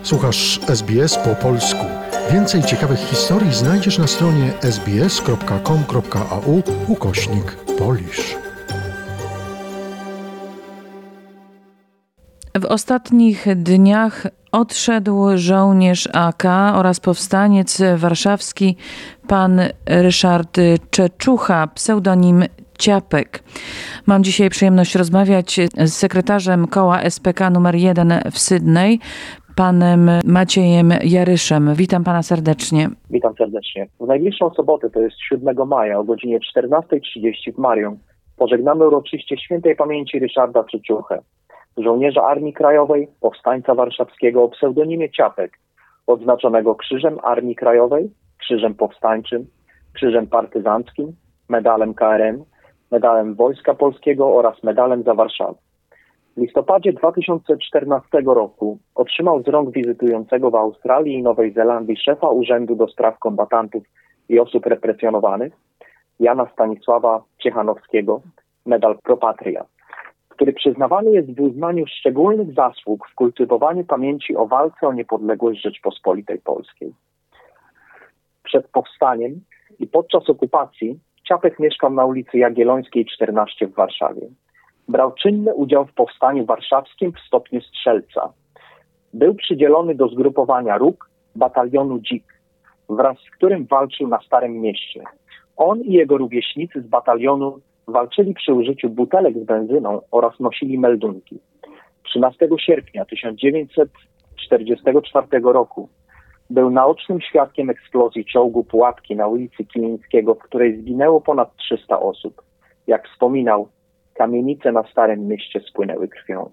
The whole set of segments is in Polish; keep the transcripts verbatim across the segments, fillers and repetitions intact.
Słuchasz S B S po polsku. Więcej ciekawych historii znajdziesz na stronie sbs.com.au ukośnik Polish. W ostatnich dniach odszedł żołnierz A K oraz powstaniec warszawski pan Ryszard Czeczucha, pseudonim Ciapek. Mam dzisiaj przyjemność rozmawiać z sekretarzem koła S P K numer jeden w Sydney, panem Maciejem Jaryszem. Witam pana serdecznie. Witam serdecznie. W najbliższą sobotę, to jest siódmego maja o godzinie czternasta trzydzieści w Marion, pożegnamy uroczyście świętej pamięci Ryszarda Czeczuchę, żołnierza Armii Krajowej, powstańca warszawskiego o pseudonimie Ciapek, odznaczonego Krzyżem Armii Krajowej, Krzyżem Powstańczym, Krzyżem Partyzanckim, medalem K R M, medalem Wojska Polskiego oraz medalem za Warszawę. W listopadzie dwa tysiące czternastego roku otrzymał z rąk wizytującego w Australii i Nowej Zelandii szefa Urzędu do Spraw Kombatantów i Osób Represjonowanych, Jana Stanisława Ciechanowskiego, medal Pro Patria, który przyznawany jest w uznaniu szczególnych zasług w kultywowaniu pamięci o walce o niepodległość Rzeczpospolitej Polskiej. Przed powstaniem i podczas okupacji Ciapek mieszkał na ulicy Jagiellońskiej czternaście w Warszawie. Brał czynny udział w powstaniu warszawskim w stopniu strzelca. Był przydzielony do zgrupowania Róg batalionu Dzik, wraz z którym walczył na Starym Mieście. On i jego rówieśnicy z batalionu walczyli przy użyciu butelek z benzyną oraz nosili meldunki. trzynastego sierpnia tysiąc dziewięćset czterdziestego czwartego roku był naocznym świadkiem eksplozji czołgu Pułapki na ulicy Kilińskiego, w której zginęło ponad trzysta osób. Jak wspominał, kamienice na Starym Mieście spłynęły krwią.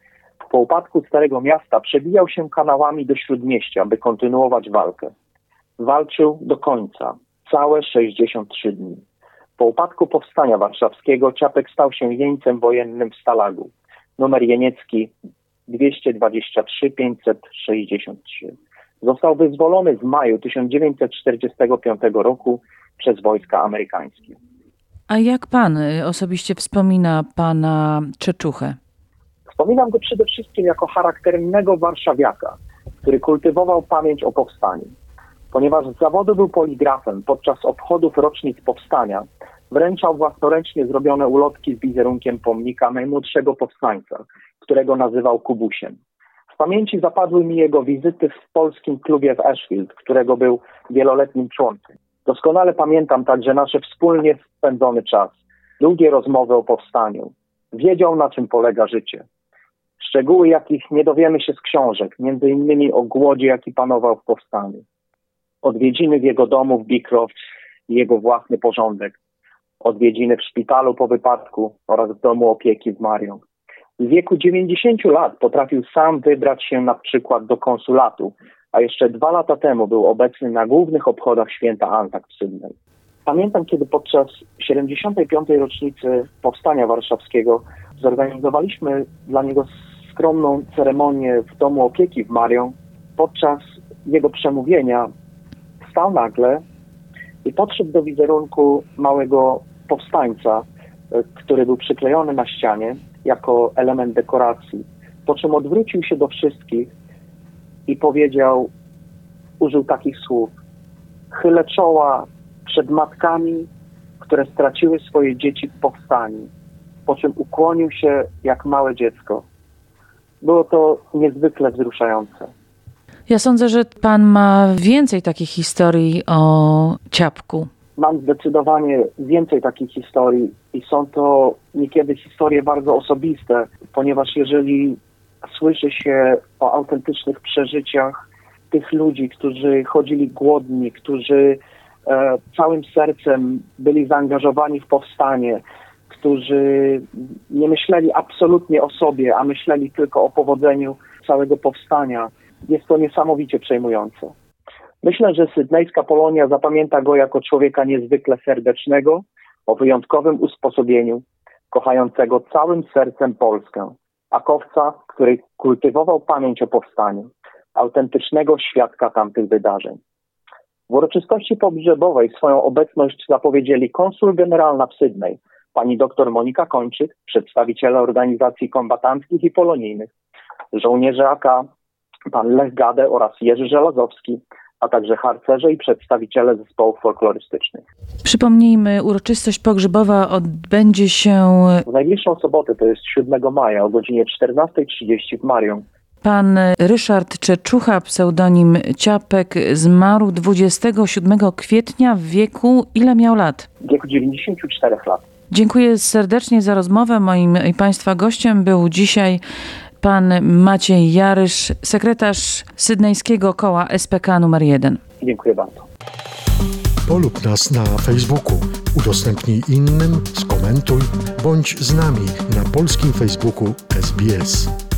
Po upadku Starego Miasta przebijał się kanałami do Śródmieścia, by kontynuować walkę. Walczył do końca, całe sześćdziesiąt trzy dni. Po upadku Powstania Warszawskiego Ciapek stał się jeńcem wojennym w Stalagu. Numer jeniecki dwieście dwadzieścia trzy pięćset sześćdziesiąt trzy. Został wyzwolony w maju tysiąc dziewięćset czterdziestego piątego roku przez wojska amerykańskie. A jak pan osobiście wspomina pana Czeczuchę? Wspominam go przede wszystkim jako charakternego warszawiaka, który kultywował pamięć o powstaniu. Ponieważ z zawodu był poligrafem, podczas obchodów rocznic powstania wręczał własnoręcznie zrobione ulotki z wizerunkiem pomnika najmłodszego powstańca, którego nazywał Kubusiem. W pamięci zapadły mi jego wizyty w polskim klubie w Ashfield, którego był wieloletnim członkiem. Doskonale pamiętam także nasze wspólnie spędzony czas, długie rozmowy o powstaniu. Wiedział, na czym polega życie. Szczegóły, jakich nie dowiemy się z książek, między innymi o głodzie, jaki panował w powstaniu. Odwiedziny w jego domu w Beecroft i jego własny porządek. Odwiedziny w szpitalu po wypadku oraz w domu opieki w Marion. W wieku dziewięćdziesięciu lat potrafił sam wybrać się na przykład do konsulatu, a jeszcze dwa lata temu był obecny na głównych obchodach święta Anzac w Sydney. Pamiętam, kiedy podczas siedemdziesiątej piątej rocznicy Powstania Warszawskiego zorganizowaliśmy dla niego skromną ceremonię w domu opieki w Marion. Podczas jego przemówienia stał nagle i podszedł do wizerunku małego powstańca, który był przyklejony na ścianie jako element dekoracji, po czym odwrócił się do wszystkich i powiedział, użył takich słów: chylę czoła przed matkami, które straciły swoje dzieci w powstaniu, po czym ukłonił się jak małe dziecko. Było to niezwykle wzruszające. Ja sądzę, że pan ma więcej takich historii o Ciapku. Mam zdecydowanie więcej takich historii i są to niekiedy historie bardzo osobiste, ponieważ jeżeli słyszy się o autentycznych przeżyciach tych ludzi, którzy chodzili głodni, którzy e, całym sercem byli zaangażowani w powstanie, którzy nie myśleli absolutnie o sobie, a myśleli tylko o powodzeniu całego powstania, jest to niesamowicie przejmujące. Myślę, że sydnejska Polonia zapamięta go jako człowieka niezwykle serdecznego, o wyjątkowym usposobieniu, kochającego całym sercem Polskę, akowca, który kultywował pamięć o powstaniu, autentycznego świadka tamtych wydarzeń. W uroczystości pogrzebowej swoją obecność zapowiedzieli konsul generalna w Sydney, pani dr Monika Kończyk, przedstawiciele organizacji kombatanckich i polonijnych, żołnierze A K, pan Lech Gade oraz Jerzy Żelazowski, a także harcerze i przedstawiciele zespołów folklorystycznych. Przypomnijmy, uroczystość pogrzebowa odbędzie się. W najbliższą sobotę, to jest siódmego maja o godzinie czternasta trzydzieści w Marią. Pan Ryszard Czeczucha, pseudonim Ciapek, zmarł dwudziestego siódmego kwietnia w wieku, ile miał lat? W wieku dziewięćdziesięciu czterech lat. Dziękuję serdecznie za rozmowę. Moim i Państwa gościem był dzisiaj pan Maciej Jarysz, sekretarz Sydnejskiego Koła S P K numer jeden. Dziękuję bardzo. Polub nas na Facebooku, udostępnij innym, skomentuj, bądź z nami na polskim Facebooku S B S.